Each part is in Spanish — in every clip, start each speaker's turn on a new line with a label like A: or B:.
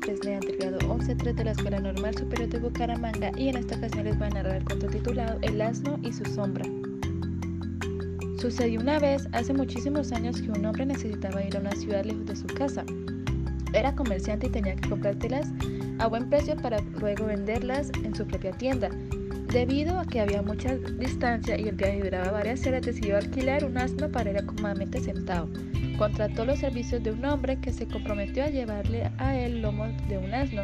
A: Fresneda del grado 11-3 de la Escuela Normal Superior de Bucaramanga, y en esta ocasión les voy a narrar el cuento titulado El asno y su sombra. Sucedió una vez, hace muchísimos años, que un hombre necesitaba ir a una ciudad lejos de su casa. Era comerciante y tenía que comprar telas a buen precio para luego venderlas en su propia tienda. Debido a que había mucha distancia y el viaje duraba varias horas, decidió alquilar un asno para ir cómodamente sentado. Contrató los servicios de un hombre que se comprometió a llevarle a él lomo de un asno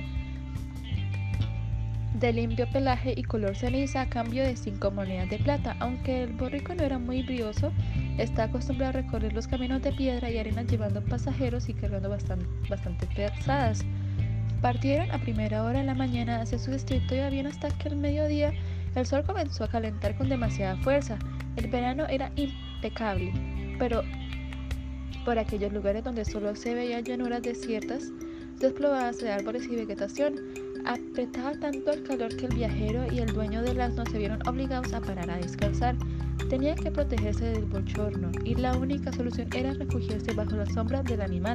A: de limpio pelaje y color ceniza a cambio de 5 monedas de plata. Aunque el borrico no era muy brioso, está acostumbrado a recorrer los caminos de piedra y arena llevando pasajeros y cargando bastante pesadas. Partieron a primera hora de la mañana hacia su distrito y iba bien hasta que al mediodía el sol comenzó a calentar con demasiada fuerza. El verano era impecable, pero por aquellos lugares donde solo se veían llanuras desiertas, desplomadas de árboles y vegetación, apretaba tanto el calor que el viajero y el dueño del asno se vieron obligados a parar a descansar. Tenían que protegerse del bochorno y la única solución era refugiarse bajo la sombra del animal.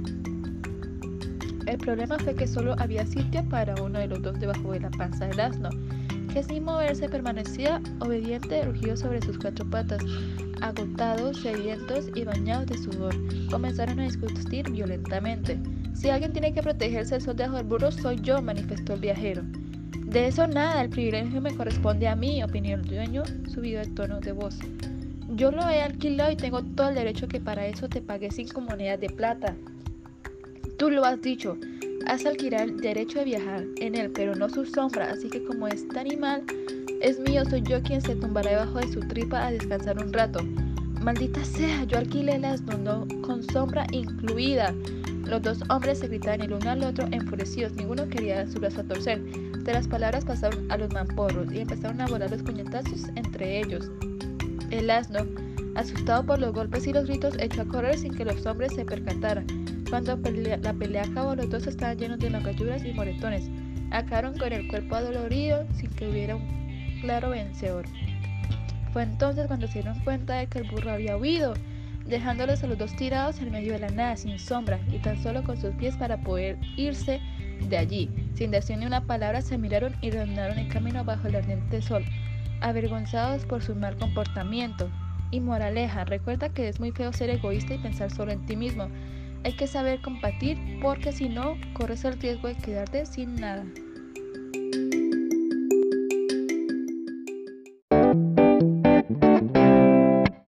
A: El problema fue que solo había sitio para uno de los dos debajo de la panza del asno, que sin moverse permanecía obediente, erguido sobre sus 4 patas. Agotados, sedientos y bañados de sudor, comenzaron a discutir violentamente. Si alguien tiene que protegerse del sol debajo del burro, soy yo, manifestó el viajero. De eso nada, el privilegio me corresponde a mí, opinó el dueño, subido el tono de voz. Yo lo he alquilado y tengo todo el derecho que para eso te pagué 5 monedas de plata. Tú lo has dicho, has alquilado el derecho de viajar en él, pero no su sombra, así que como este animal es mío, soy yo quien se tumbará debajo de su tripa a descansar un rato. Maldita sea, yo alquilé el asno, no con sombra incluida. Los dos hombres se gritaban el uno al otro enfurecidos, ninguno quería dar su brazo a torcer. De las palabras pasaron a los mamporros y empezaron a volar los puñetazos entre ellos. El asno, asustado por los golpes y los gritos, echó a correr sin que los hombres se percataran. Cuando la pelea acabó, los dos estaban llenos de magulladuras y moretones. Acabaron con el cuerpo adolorido sin que hubiera un claro vencedor. Fue entonces cuando se dieron cuenta de que el burro había huido, dejándolos a los dos tirados en medio de la nada, sin sombra, y tan solo con sus pies para poder irse de allí. Sin decir ni una palabra, se miraron y reanudaron el camino bajo el ardiente sol, avergonzados por su mal comportamiento. Y moraleja, recuerda que es muy feo ser egoísta y pensar solo en ti mismo. Hay que saber compartir, porque si no, corres el riesgo de quedarte sin nada.